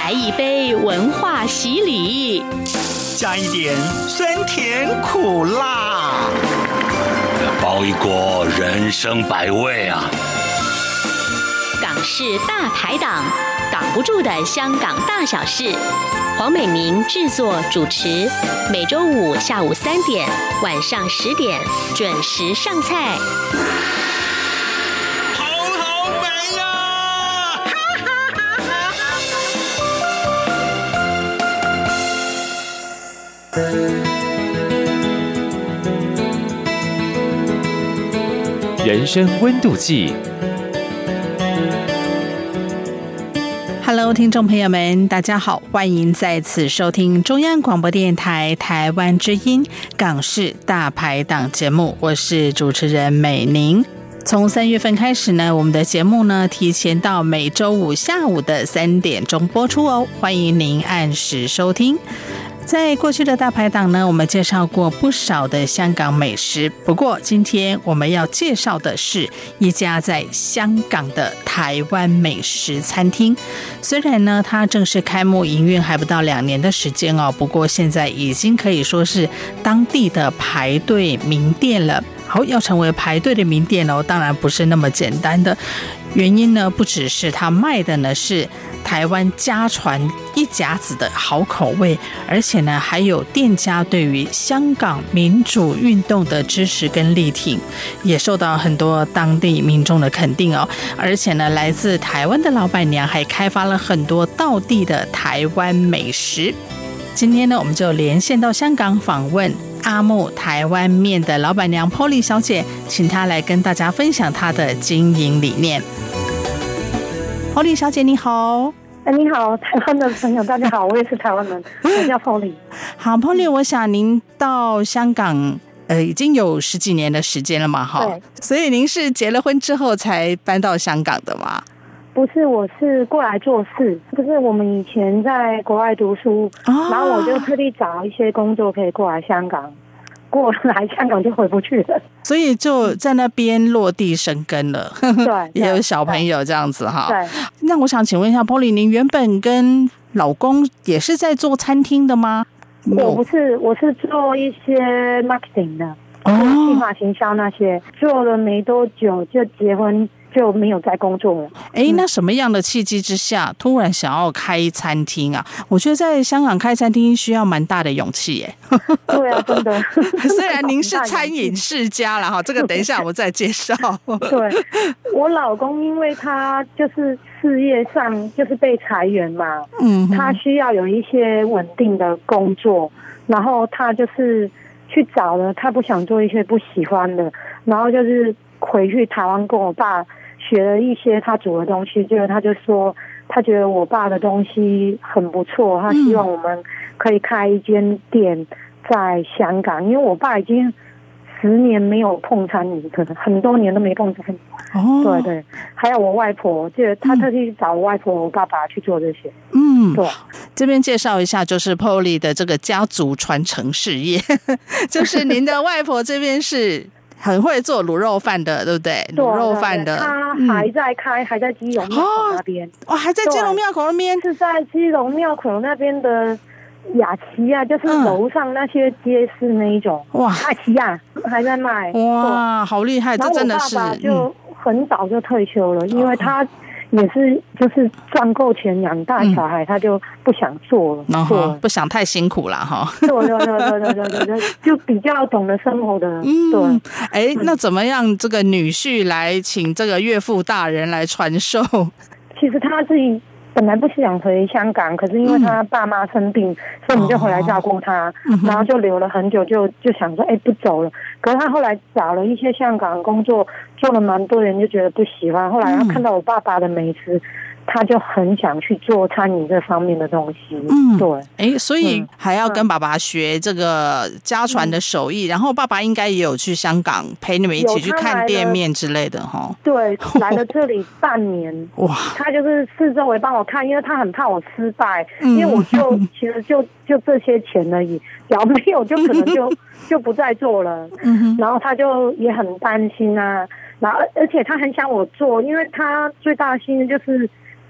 来一杯文化洗礼， 加一点酸甜苦辣， 包一锅人生百味啊！ 港式大排档，挡不住的香港大小事。黄美玲制作主持，每周五下午3点、晚上10点准时上菜。 好美呀！ 人生温度计。 Hello， 听众朋友们，大家好，欢迎再次收听中央广播电台台湾之音港式大排档节目，我是主持人美玲。从3月份开始呢，我们的节目呢提前到每周五下午的3点钟播出哦，欢迎您按时收听。在过去的大排档呢，我们介绍过不少的香港美食，不过今天我们要介绍的是一家在香港的台湾美食餐厅。虽然呢它正式开幕营运还不到2年的时间哦，不过现在已经可以说是当地的排队名店了。好，要成为排队的名店哦，当然不是那么简单的。原因呢，不只是它卖的呢是台湾家传一甲子的好口味，而且呢还有店家对于香港民主运动的支持跟力挺，也受到很多当地民众的肯定哦。而且呢，来自台湾的老板娘还开发了很多道地的台湾美食。今天呢，我们就连线到香港访问阿木台湾面的老板娘 Polly 小姐，请她来跟大家分享她的经营理念。Polly 小姐你好。 你好，台湾的朋友大家好，我也是台湾人，我叫 Polly。 好 Polly， 我想您到香港已经有10几年的时间了嘛，哈，所以您是结了婚之后才搬到香港的吗？ 不是，我是过来做事，就是我们以前在国外读书，然后我就特地找一些工作可以过来香港，过来香港就回不去了， 所以就在那边落地生根了。 对， 也有小朋友这样子哈。 对， 那我想请问一下 Polly， 您原本跟老公也是在做餐厅的吗？ 我不是，我是做一些 marketing 的，计划行销那些，做了没多久就结婚，就没有再工作了。 那什么样的契机之下突然想要开餐厅啊？我觉得在香港开餐厅需要蛮大的勇气耶。 对啊，真的。 虽然您是餐饮世家啦，这个等一下我再介绍。 对，我老公因为他就是事业上就是被裁员嘛，他需要有一些稳定的工作，然后他就是去找了，他不想做一些不喜欢的，然后就是回去台湾跟我爸学了一些他煮的东西，结果他就说他觉得我爸的东西很不错，他希望我们可以开一间店在香港，因为我爸已经10年没有碰餐饮，可能很多年都没碰餐饮。对对，还有我外婆，就他特地找我外婆我爸爸去做这些。对， 这边介绍一下，就是 Polly 的这个家族传承事业，就是您的外婆这边是很会做卤肉饭的，对不对？卤肉饭的， 他还在开，还在基隆庙口那边。 还在基隆庙口那边， 是在基隆庙口那边的雅琪啊，就是楼上那些街市那一种。哇，雅琪啊，还在卖。 哇，好厉害！这真的是。 然后我爸爸就很早就退休了，因为他也是就是赚够钱养大小孩，他就不想做了， 不想太辛苦了哈。 对，就比较懂得生活的。对， 那怎么样？这个女婿来请这个岳父大人来传授？ 其实他自己本来不想回香港，可是因为他爸妈生病，所以我们就回来照顾他，然后就留了很久，就想说不走了。可是他后来找了一些香港工作，做了蛮多人就觉得不喜欢，后来他看到我爸爸的美食，他就很想去做餐饮这方面的东西。 对，所以还要跟爸爸学这个家传的手艺，然后爸爸应该也有去香港陪你们一起去看店面之类的哈。 对，来了这里半年，哇，他就是四周围帮我看，因为他很怕我失败，因为我其实就这些钱而已，只要没有就可能就不再做了。然后他就也很担心啊，然后而且他很想我做，因为他最大的心就是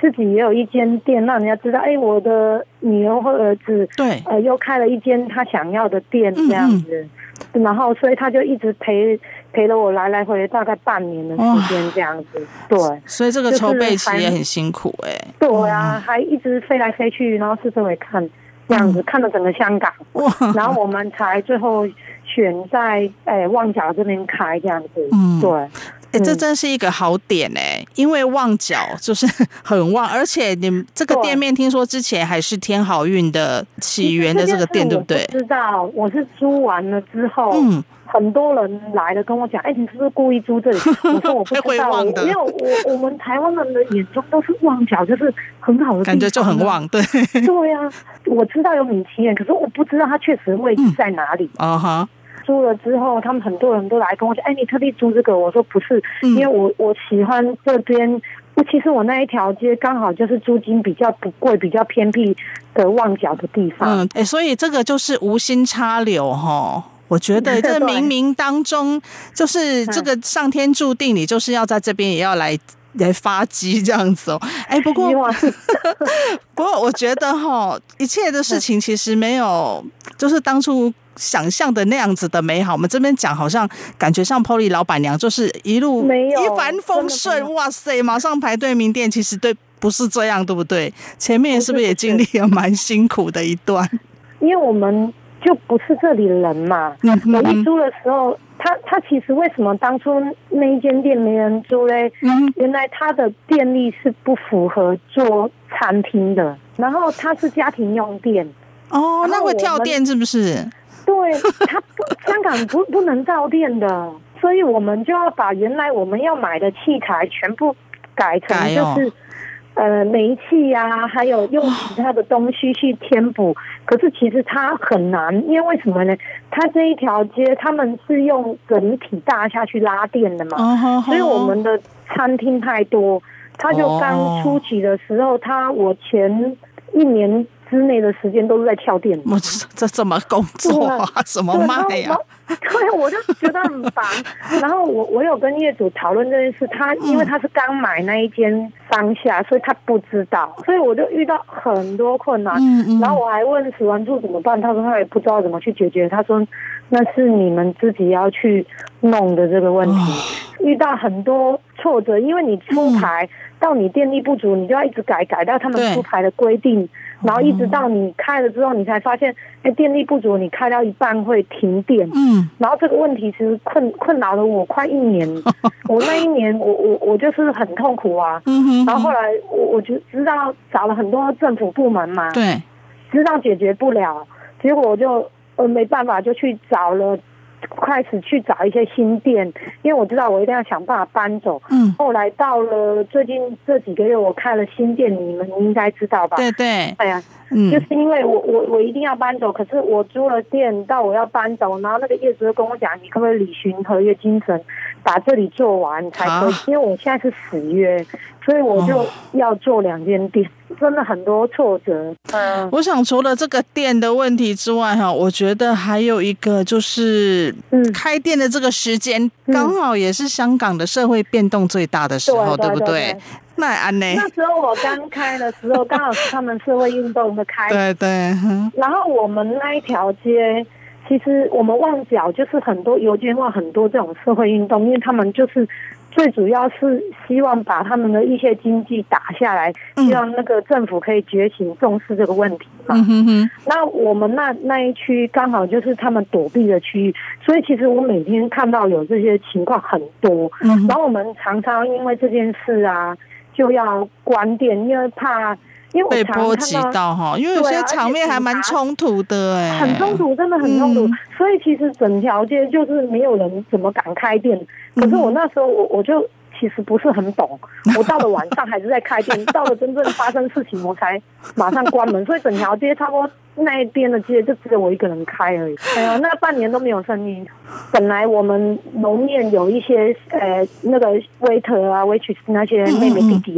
自己也有一间店，让人家知道，我的女儿或儿子对， 又开了一间他想要的店这样子。然后所以他就一直陪了我来回大概半年的时间这样子。对， 所以这个筹备期也很辛苦对啊，还一直飞来飞去，然后四周围看这样子，看了整个香港。然后我们才最后选在旺角这边开这样子。对， 这真是一个好点因为旺角就是很旺，而且你们这个店面听说之前还是天好运的起源的这个店，对不对？ 我不知道，我是租完了之后，很多人来了跟我讲，你是不是故意租这里？我说我不知道，因为我们台湾人的眼中都是旺角就是很好的地方， 感觉就很旺，对。 对啊，我知道有米其林，可是我不知道它确实位置在哪里。租了之后，他们很多人都来跟我讲，你特地租这个？我说不是，因为我喜欢这边。其实我那一条街刚好就是租金比较不贵、比较偏僻的旺角的地方。 所以这个就是无心插柳我觉得这冥冥当中就是这个上天注定，你就是要在这边也要来发迹这样子不过我觉得一切的事情其实没有就是当初想象的那样子的美好。我们这边讲好像感觉像 Polly 老板娘就是一路一帆风顺，哇塞，马上排队名店，其实对不是这样，对不对？前面是不是也经历了蛮辛苦的一段？ 因为我们就不是这里人嘛。我一租的时候，他其实为什么当初那一间店没人租嘞？原来他的电力是不符合做餐厅的，然后他是家庭用电。 那会跳电是不是？ 对，香港不能照电的，所以我们就要把原来我们要买的器材全部改成就是煤气啊，还有用其他的东西去填补。可是其实它很难，因为为什么呢？它这一条街他们是用整体大下去拉电的嘛，所以我们的餐厅太多。他就刚初期的时候，我前1年之内的时间都是在跳电。 这怎么工作怎么卖呀？ 对，我就觉得很烦。然后我有跟业主讨论这件事，因为他是刚买那一间商厦，所以他不知道，所以我就遇到很多困难。然后我还问死完住怎么办，他说他也不知道怎么去解决。他说那是你们自己要去弄的这个问题。遇到很多挫折，因为你出牌到你电力不足，你就要一直改到他们出牌的规定，然后一直到你开了之后，你才发现电力不足，你开到一半会停电。然后这个问题其实困扰了我快1年。我那一年我就是很痛苦啊。然后后来我就知道找了很多政府部门嘛， 对， 知道解决不了，结果我就没办法，就去开始去找一些新店，因为我知道我一定要想办法搬走。后来到了最近这几个月，我开了新店，你们应该知道吧？ 对对。 就是因为我一定要搬走，可是我租了店到我要搬走，然后那个业主就跟我讲，你可不可以履行合约精神，把这里做完才可以？因为我现在是死约，所以我就要做2间店，真的很多挫折。 我想除了这个店的问题之外我觉得还有一个就是开店的这个时间刚好也是香港的社会变动最大的时候，对不对？那时候我刚开的时候，刚好是他们社会运动的开始。 对。 然后我们那一条街，其实我们旺角就是很多油尖旺很多这种社会运动，因为他们就是最主要是希望把他们的一些经济打下来，希望那个政府可以觉醒重视这个问题嘛。那我们那一区刚好就是他们躲避的区域，所以其实我每天看到有这些情况很多。然后我们常常因为这件事啊，就要关店，因为我被波及到因为有些场面还蛮冲突的很冲突，真的很冲突。所以其实整条街就是没有人怎么敢开店。可是我那时候我就其实不是很懂，我到了晚上还是在开店，到了真正发生事情我才马上关门。所以整条街差不多那一边的街就只有我一个人开而已。那半年都没有生意。本来我们楼面有一些那个waiter啊、waitress 那些妹妹弟弟，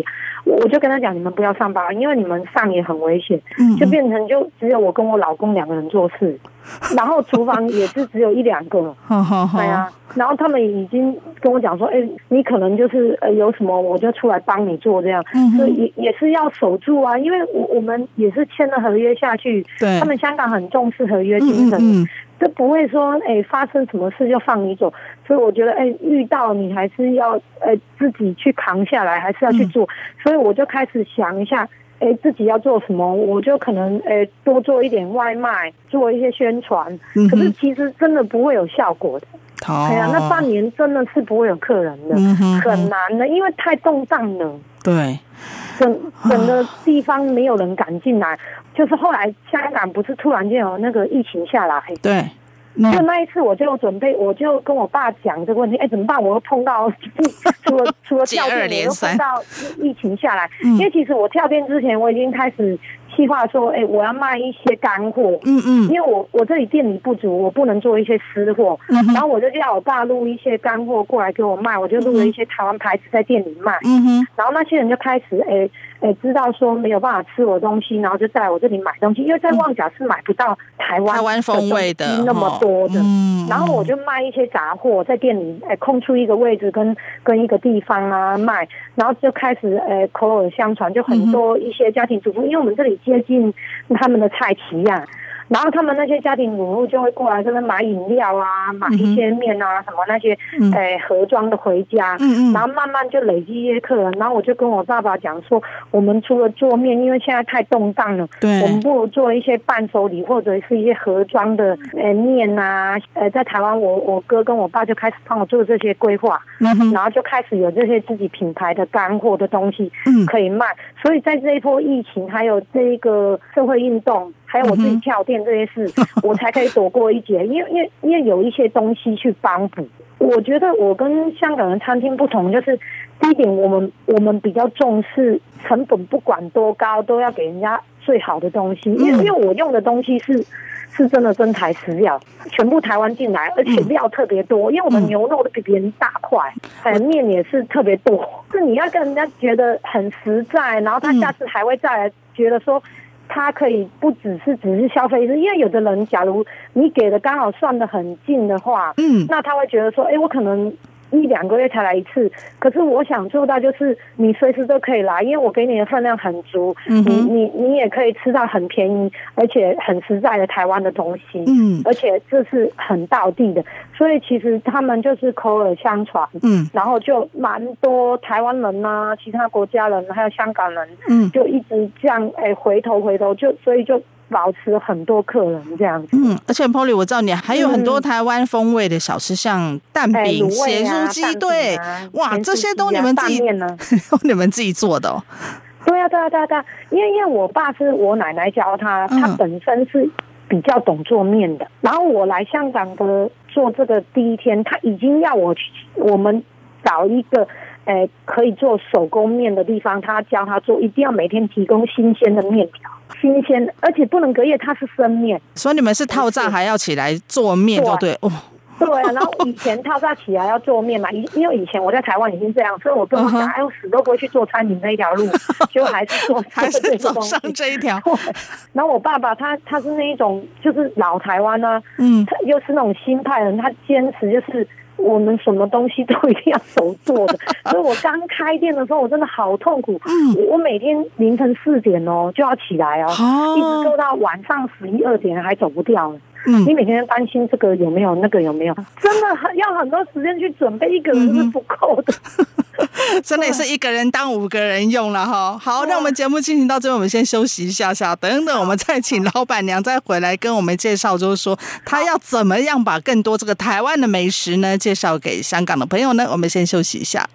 我就跟他讲，你们不要上班，因为你们上也很危险，就变成就只有我跟我老公2个人做事，然后厨房也是只有1-2个，对啊，然后他们已经跟我讲说，你可能就是有什么我就出来帮你做这样，所以也是要守住啊，因为我们也是签了合约下去，对，他们香港很重视合约精神，就不会说发生什么事就放你走，所以我觉得遇到你还是要自己去扛下来，还是要去做，所以我就开始想一下自己要做什么，我就可能多做一点外卖，做一些宣传，可是其实真的不会有效果的。那半年真的是不会有客人的，很难的，因为太动荡了。对，整个地方没有人敢进来，就是后来香港不是突然间有那个疫情下来，对。就那一次，我就准备，我就跟我爸讲这个问题，怎么办？我又碰到除了跳电，我又碰到疫情下来。因为其实我跳电之前，我已经开始计划说，我要卖一些干货。因为我这里店里不足，我不能做一些私货。然后我就叫我爸录一些干货过来给我卖，我就录了一些台湾牌子在店里卖。然后那些人就开始知道说没有办法吃我的东西，然后就在我这里买东西，因为在旺角是买不到台湾风味的那么多的。然后我就卖一些杂货，在店里空出一个位置跟一个地方啊卖，然后就开始口耳相传，就很多一些家庭主妇，因为我们这里接近他们的菜期啊。然后他们那些家庭主妇就会过来这边买饮料啊，买一些面啊什么那些盒装的回家，然后慢慢就累积一些客人。然后我就跟我爸爸讲说，我们除了做面，因为现在太动荡了，我们不如做一些伴手礼或者是一些盒装的面啊。在台湾我哥跟我爸就开始帮我做这些规划，然后就开始有这些自己品牌的干货的东西可以卖。所以在这一波疫情还有这一个社会运动，还有我自己跳电这些事，我才可以躲过一劫。因为有一些东西去帮补。我觉得我跟香港人餐厅不同，就是第一点，我们比较重视成本，不管多高都要给人家最好的东西。因为我用的东西是真的真材实料，全部台湾进来，而且料特别多，因为我们牛肉都比别人大块，面也是特别多，是你要跟人家觉得很实在，然后他下次还会再来觉得说他可以不只是消费，因为有的人假如你给的刚好算得很近的话，那他会觉得说我可能1-2个月才来一次，可是我想做到就是你随时都可以来，因为我给你的分量很足，你也可以吃到很便宜而且很实在的台湾的东西，而且这是很道地的，所以其实他们就是口耳相传，然后就蛮多台湾人啊，其他国家人还有香港人，就一直这样回头所以就保持很多客人这样子。 而且 Polly 我知道你还有很多台湾风味的小吃，像蛋饼、咸酥鸡，对，哇，这些都你们自己你们自己做的哦。 对啊，因为我爸是我奶奶教他，他本身是比较懂做面的。然后我来香港的做这个第一天，他已经要我们找一个可以做手工面的地方，他教他做，一定要每天提供新鲜的面条，新鲜，而且不能隔夜，它是生面。 所以你们是套炸还要起来做面，就对哦。 对啊，然后以前套炸起来要做面嘛，因为以前我在台湾已经这样，所以我跟我讲，我死都不会去做餐饮这一条路，结果还是还是走上这一条。 然后我爸爸他是那一种就是老台湾啊，他又是那种新派人，他坚持就是我们什么东西都一定要手做的，所以我刚开店的时候我真的好痛苦，我每天凌晨4点就要起来一直做到晚上11、2点还走不掉了。你每天担心这个有没有，那个有没有，真的要很多时间去准备，一个人是不够的。 真的也是一个人当5个人用了哈。好，那我们节目进行到这边，我们先休息一下，等等我们再请老板娘再回来跟我们介绍，就是说她要怎么样把更多这个台湾的美食呢介绍给香港的朋友呢。我们先休息一下。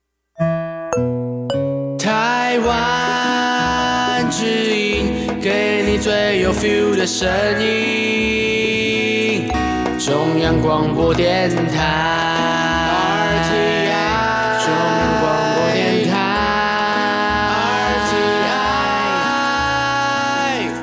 台湾之音，给你最有 feel 的声音，中央广播电台 RTI， 中央广播电台 RTI。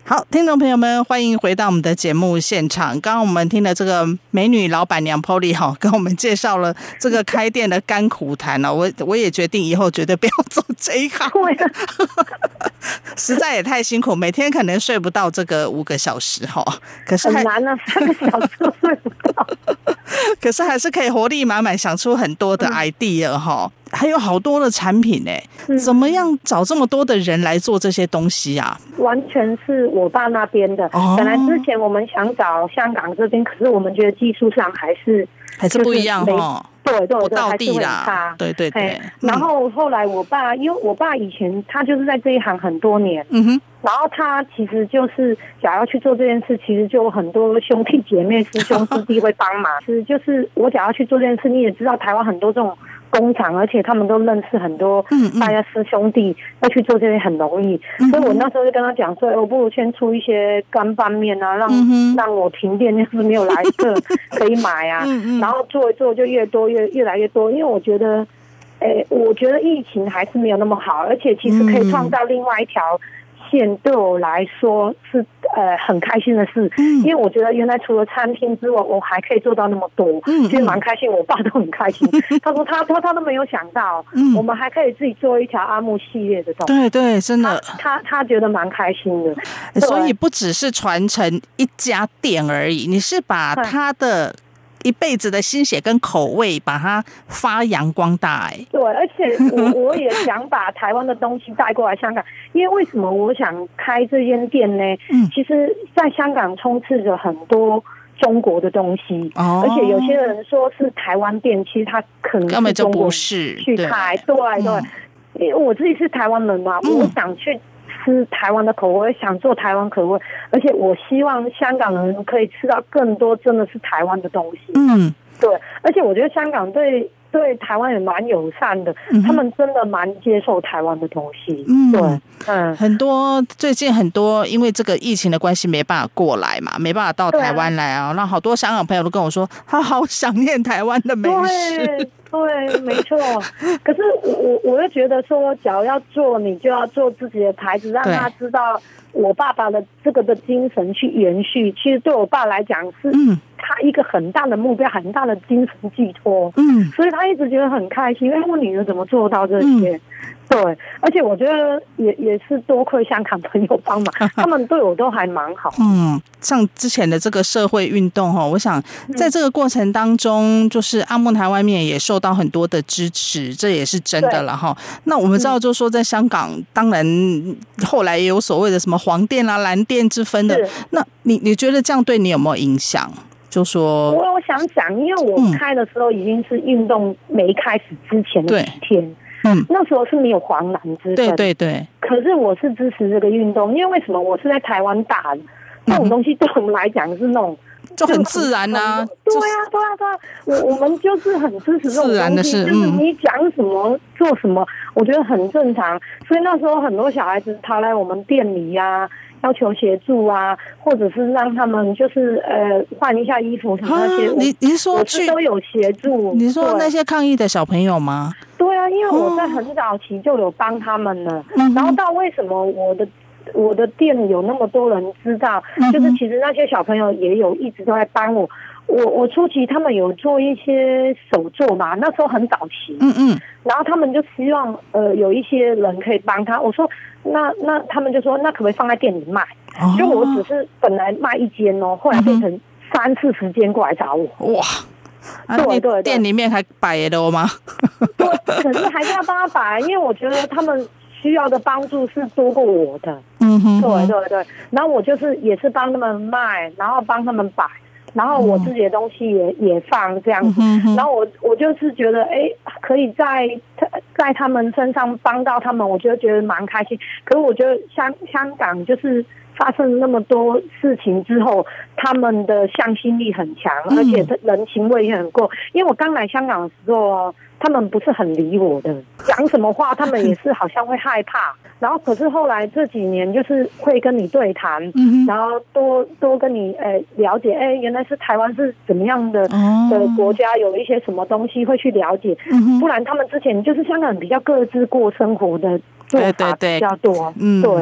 好，听众朋友们，欢迎回到我们的节目现场。刚刚我们听了这个美女老板娘 Polly 跟我们介绍了这个开店的甘苦谈我也决定以后绝对不要走这一行，实在也太辛苦，每天可能睡不到这个5个小时可是很难啊，3个小时都睡不到。 可是还是可以活力满满，想出很多的 idea 还有好多的产品怎么样找这么多的人来做这些东西啊？ 完全是我爸那边的。本来之前我们想找香港这边，可是我们觉得技术上还是不一样对， 不到地啦， 对对对。 然后后来我爸，因为我爸以前他就是在这一行很多年，然后他其实就是想要去做这件事，其实就有很多兄弟姐妹、师兄师弟会帮忙。其实就是我想要去做这件事，你也知道台湾很多这种工厂，而且他们都认识很多大家师兄弟，要去做这些很容易。所以我那时候就跟他讲说，我不如先出一些干拌面啊，让我停电要是没有来客可以买啊，然后做一做就越来越多，因为我觉得疫情还是没有那么好，而且其实可以创造另外一条线，对我来说是很开心的事，因为我觉得原来除了餐厅之外，我还可以做到那么多，其实蛮开心，我爸都很开心。他说他都没有想到，我们还可以自己做一条阿木系列的东西。对对，真的，他觉得蛮开心的。所以不只是传承一家店而已，你是把他的一辈子的心血跟口味把它发扬光大。对，而且我也想把台湾的东西带过来香港，因为为什么我想开这间店呢？其实在香港充斥着很多中国的东西，而且有些人说是台湾店，其实他可能是中国去开。对，因为我自己是台湾人嘛，我想去吃台湾的口味，想做台湾口味，而且我希望香港人可以吃到更多真的是台湾的东西。对，而且我觉得香港对台湾也蛮友善的，他们真的蛮接受台湾的东西。对，很多最近很多因为这个疫情的关系没办法过来嘛，没办法到台湾来让好多香港朋友都跟我说，他好想念台湾的美食。对，没错。可是我又觉得说，假如要做，你就要做自己的牌子，让他知道我爸爸的这个的精神去延续。其实对我爸来讲，是他一个很大的目标，很大的精神寄托。所以他一直觉得很开心。我女儿怎么做到这些？对，而且我觉得也是多亏香港朋友帮忙，他们对我都还蛮好。像之前的这个社会运动我想在这个过程当中，就是阿木台湾面也受到很多的支持，这也是真的了那我们知道，就是说在香港，当然后来也有所谓的什么黄店啦、蓝店之分的。那你觉得这样对你有没有影响？就说我想讲，因为我开的时候已经是运动没开始之前的几天。那时候是没有黄蓝之分，对。可是我是支持这个运动，因为为什么？我是在台湾大的，这种东西对我们来讲是那种就很自然啊。对啊，我们就是很支持这种东西，就是你讲什么做什么，我觉得很正常。所以那时候很多小孩子他来我们店里啊，要求协助啊，或者是让他们就是换一下衣服什么那些。你是说去都有协助？你说那些抗议的小朋友吗？对啊，因为我在很早期就有帮他们了，然后到为什么我的店有那么多人知道，就是其实那些小朋友也有一直都在帮我。我初期他们有做一些手作嘛，那时候很早期，然后他们就希望有一些人可以帮他。我说那他们就说那可不可以放在店里卖？就我只是本来卖一间后来变成30-40间过来找我。哇！对，店里面还摆了吗？对，可是还是要帮他摆，因为我觉得他们需要的帮助是多过我的。对。然后我就是也是帮他们卖，然后帮他们摆，然后我自己的东西也放这样子。然后我就是觉得可以在他们身上帮到他们，我就觉得蛮开心。可是我觉得香港就是发生那么多事情之后，他们的向心力很强，而且人情味也很够。因为我刚来香港的时候，他们不是很理我的，讲什么话他们也是好像会害怕。然后可是后来这几年就是会跟你对谈，然后多跟你了解，原来是台湾是怎么样的国家，有一些什么东西会去了解。不然他们之前就是香港比较各自过生活的做法比较多。对。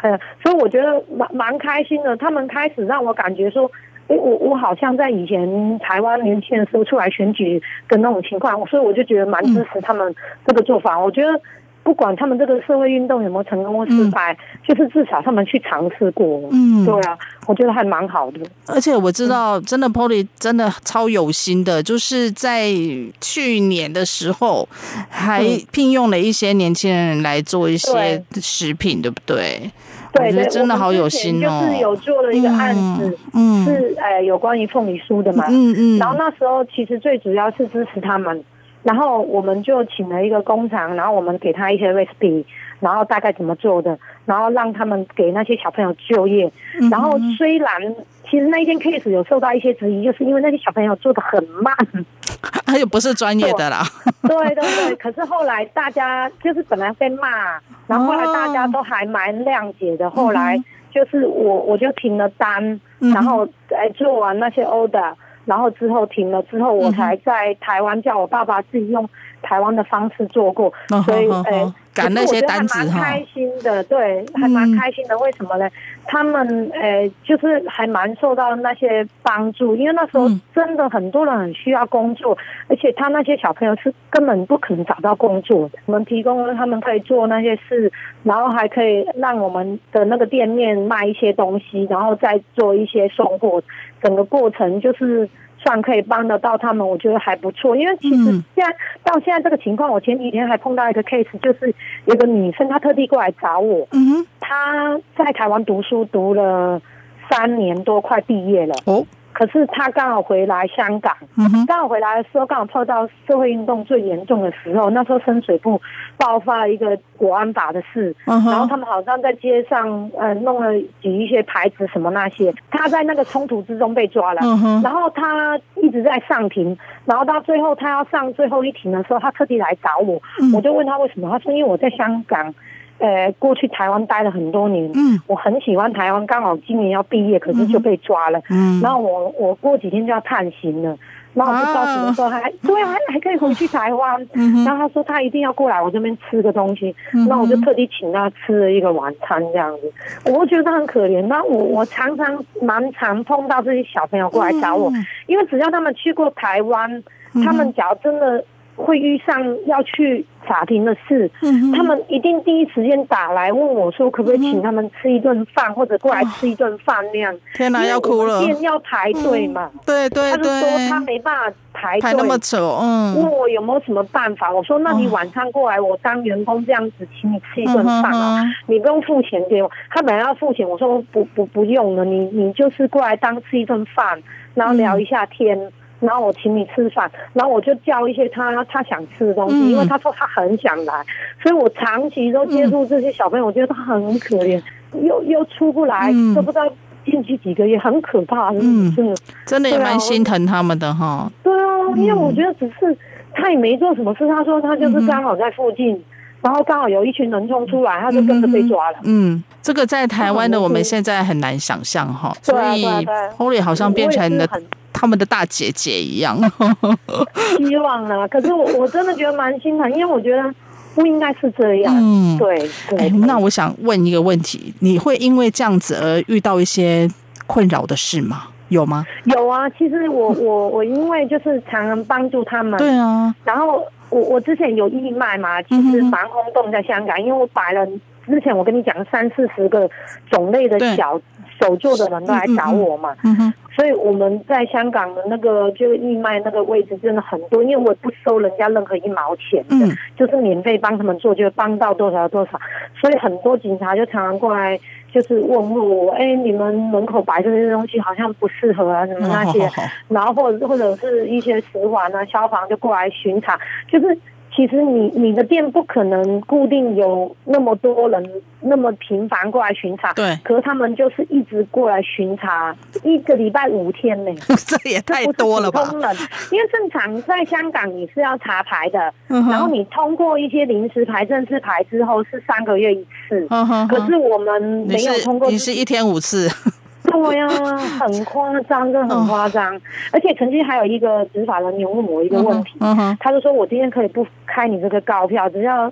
所以我觉得蛮开心的。他们开始让我感觉说，我好像在以前台湾年轻的时候出来选举的那种情况，所以我就觉得蛮支持他们这个做法。我觉得不管他们这个社会运动有没有成功或失败，就是至少他们去尝试过。对啊，我觉得还蛮好的。 而且我知道，真的 Polly 真的超有心的，就是在去年的时候还聘用了一些年轻人来做一些食品，对不对？对，我觉得真的好有心哦。 就是有做了一个案子，是有关于凤梨酥的嘛。然后那时候其实最主要是支持他们。然后我们就请了一个工厂，然后我们给他一些 recipe， 然后大概怎么做的，然后让他们给那些小朋友就业。然后虽然其实那一天 case 有受到一些质疑，就是因为那些小朋友做得很慢， 他又不是专业的啦。 对，可是后来大家就是本来被骂，然后后来大家都还蛮谅解的。后来就是我就停了单，然后做完那些 order。然后之后停了之后，我才在台湾叫我爸爸自己用台湾的方式做过，所以赶那些单子还蛮开心的，对，还蛮开心的。为什么呢？他们就是还蛮受到那些帮助，因为那时候真的很多人很需要工作，而且他那些小朋友是根本不可能找到工作的。我们提供了他们可以做那些事，然后还可以让我们的那个店面卖一些东西，然后再做一些送货，整个过程就是算可以帮得到他们，我觉得还不错。因为其实到现在这个情况，我前几天还碰到一个 case， 就是有个女生她特地过来找我，她在台湾读书读了3年多，快毕业了。可是他刚好回来香港，刚好回来的时候刚好碰到社会运动最严重的时候，那时候深水埗爆发了一个国安法的事，然后他们好像在街上弄了举一些牌子什么那些，他在那个冲突之中被抓了，然后他一直在上庭，然后到最后他要上最后一庭的时候，他特地来找我，我就问他为什么，他说因为我在香港过去台湾待了很多年，我很喜欢台湾，刚好今年要毕业，可是就被抓了，然后我过几天就要判刑了，然后我就告诉我说还可以回去台湾，然后他说他一定要过来我这边吃个东西，那我就特地请他吃了一个晚餐这样子，我觉得他很可怜。那我常常蛮常碰到这些小朋友过来找我，因为只要他们去过台湾，他们只要真的会遇上要去法庭的事，他们一定第一时间打来问我说可不可以请他们吃一顿饭，或者过来吃一顿饭那样。 天哪，要哭了！ 店要排队嘛， 对， 他就说他没办法排那么久， 问我有没有什么办法。我说那你晚上过来，我当员工这样子请你吃一顿饭啊，你不用付钱给我。他本来要付钱，我说不用了，你就是过来当吃一顿饭，然后聊一下天。然后我请你吃饭，然后我就叫一些他想吃的东西，因为他说他很想来，所以我长期都接触这些小朋友，我觉得他很可怜，又出不来，都不知道进去几个月，很可怕， 真的也蛮心疼他们的哈。 对啊，因为我觉得只是他也没做什么事，他说他就是刚好在附近，然后刚好有一群人冲出来，他就跟着被抓了。 这个在台湾的我们现在很难想象哈，所以 Polly 好像变成了他们的大姐姐一样。 希望啦，可是我真的觉得蛮心疼，因为我觉得不应该是这样。对。 那我想问一个问题，你会因为这样子而遇到一些困扰的事吗？有吗？有啊，其实我因为就是常常帮助他们。 对啊。 然后我之前有义卖嘛，其实蛮轰动在香港，因为我摆了之前我跟你讲30-40个种类的小手做的人都来找我嘛，所以我们在香港的那个就义卖那个位置真的很多，因为我不收人家任何1毛钱的，就是免费帮他们做，就帮到多少多少，所以很多警察就常常过来就是问我，你们门口摆这些东西好像不适合啊什么那些，然后或者是一些食环啊消防就过来巡查，就是其实你的店不可能固定有那么多人那么频繁过来巡查， 对。 可是他们就是一直过来巡查，1个礼拜5天呢， 这也太多了吧？ 因为正常在香港你是要查牌的，然后你通过一些临时牌、正式牌之后是3个月1次，可是我们没有通过， 你是1天5次。 对呀，很夸张，真的很夸张。而且曾经还有一个执法人员问我一个问题，他就说我今天可以不开你这个告票，只要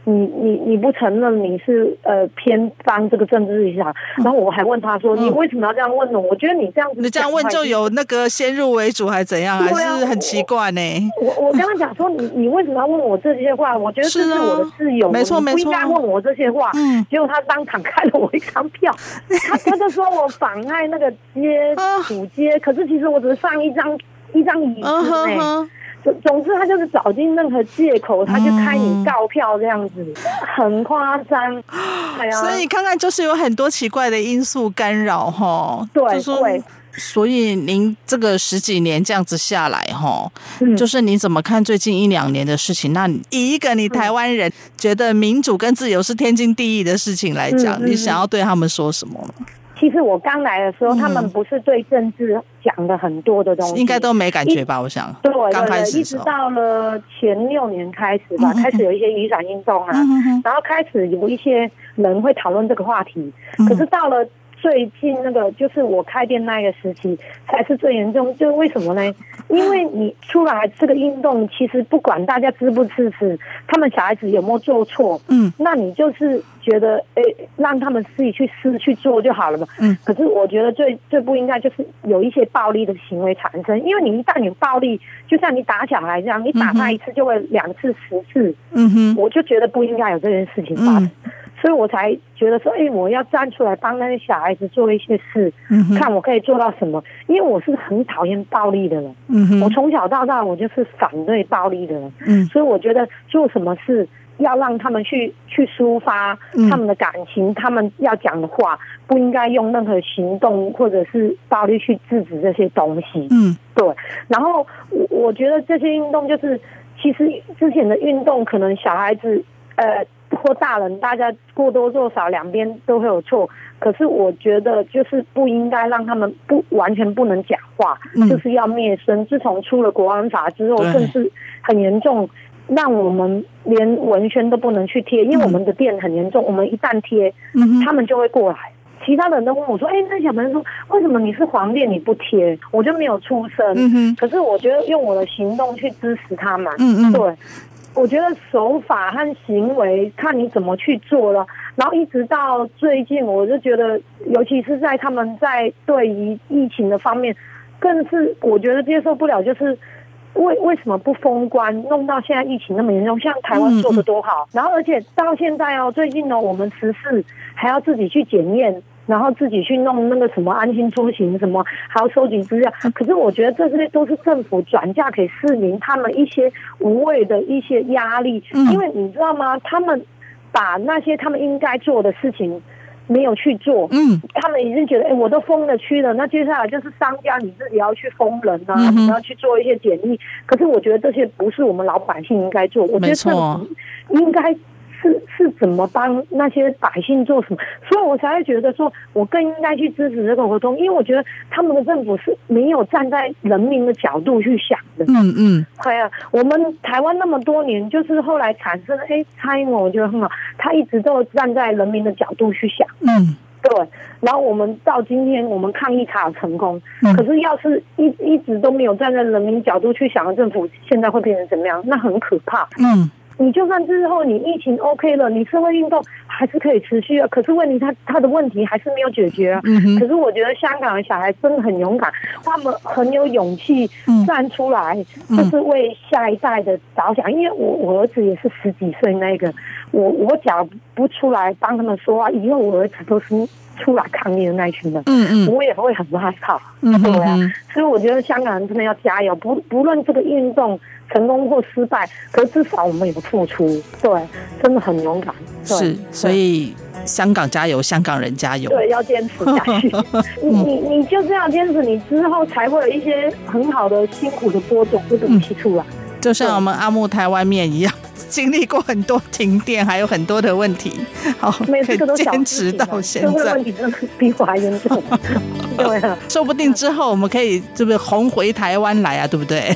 你不承认你是偏帮这个政治立场，然后我还问他说，你为什么要这样问呢？我觉得你这样子， 你这样问就有那个先入为主还是怎样，还是很奇怪呢？ 我跟他讲说，你为什么要问我这些话？我觉得这是我的自由， 没错没错， 不应该问我这些话。结果他当场开了我一张票，他就说我妨碍那个主街，可是其实我只是上一张椅子总之他就是找尽任何借口，他就开你告票这样子，很夸张。 所以看看就是有很多奇怪的因素干扰齁。 对。 所以您这个10几年这样子下来就是你怎么看最近1-2年的事情？那以一个你台湾人觉得民主跟自由是天经地义的事情来讲，你想要对他们说什么呢？ 其实我刚来的时候，他们不是对政治讲的很多的东西， 应该都没感觉吧？我想， 对， 刚开始一直到了前6年开始吧，开始有一些雨伞运动啊，然后开始有一些人会讨论这个话题，可是到了最近那个就是我开店那个时期才是最严重，就为什么呢？因为你出来这个运动，其实不管大家支不支持，他们小孩子有没有做错，那你就是觉得让他们自己去试去做就好了嘛。可是我觉得最不应该就是有一些暴力的行为产生，因为你一旦有暴力，就像你打小孩这样，你打他1次就会2次10次，我就觉得不应该有这件事情发生。所以我才觉得说，我要站出来帮那些小孩子做一些事，看我可以做到什么。因为我是很讨厌暴力的人，我从小到大我就是反对暴力的人，所以我觉得做什么事要让他们去抒发他们的感情，他们要讲的话，不应该用任何行动或者是暴力去制止这些东西。对。然后我觉得这些运动就是，其实之前的运动可能小孩子或大人，大家过多做少两边都会有错，可是我觉得就是不应该让他们完全不能讲话，就是要灭声。自从出了国安法之后，甚至很严重，让我们连文宣都不能去贴，因为我们的店很严重，我们一旦贴，他们就会过来。其他人都问我说：“那小朋友说，为什么你是黄店你不贴？”我就没有出声。可是我觉得用我的行动去支持他们。对。我觉得手法和行为看你怎么去做了，然后一直到最近，我就觉得，尤其是在他们在对于疫情的方面，更是我觉得接受不了，就是为什么不封关，弄到现在疫情那么严重，像台湾做的多好，然后而且到现在最近我们14还要自己去检验。然后自己去弄那个什么安心出行什么，还要收集资料。可是我觉得这些都是政府转嫁给市民他们一些无谓的一些压力。因为你知道吗？他们把那些他们应该做的事情没有去做。他们已经觉得，我都封了区了，那接下来就是商家你自己要去封人啊，你要去做一些检疫。可是我觉得这些不是我们老百姓应该做，我觉得政府应该。是怎么帮那些百姓做什么，所以我才会觉得说我更应该去支持这个活动，因为我觉得他们的政府是没有站在人民的角度去想的。对啊，我们台湾那么多年，就是后来产生蔡英文我觉得很好，他一直都站在人民的角度去想。对，然后我们到今天我们抗疫才有成功，可是要是一直都没有站在人民角度去想的政府，现在会变成怎么样？那很可怕。你就算之后你疫情 OK 了，你社会运动还是可以持续啊。可是问题他的问题还是没有解决啊。可是我觉得香港的小孩真的很勇敢，他们很有勇气站出来，就是为下一代的着想。因为我儿子也是10几岁那个，我假不出来帮他们说话，以后我儿子都是出来抗议的那一群人，我也会很害怕。对啊，所以我觉得香港人真的要加油，不论这个运动成功或失败，可是至少我们有付出，对，真的很勇敢。 是，所以香港加油，香港人加油， 对，要坚持下去。你就这样坚持，你之后才会有一些很好的辛苦的播种这个东西出来。 就像我们阿木台湾面一样，经历过很多停电，还有很多的问题，好，可以坚持到现在。这个问题真的比我还严重。对啊， 说不定之后我们可以是不是红回台湾来啊？对不对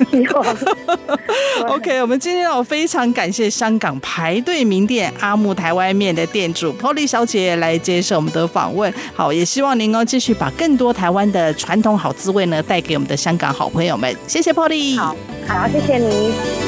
？OK， 我们今天非常感谢香港排队名店阿木台湾面的店主 Polly 小姐来接受我们的访问。好，也希望您继续把更多台湾的传统好滋味呢带给我们的香港好朋友们。谢谢 Polly。 好，谢谢你。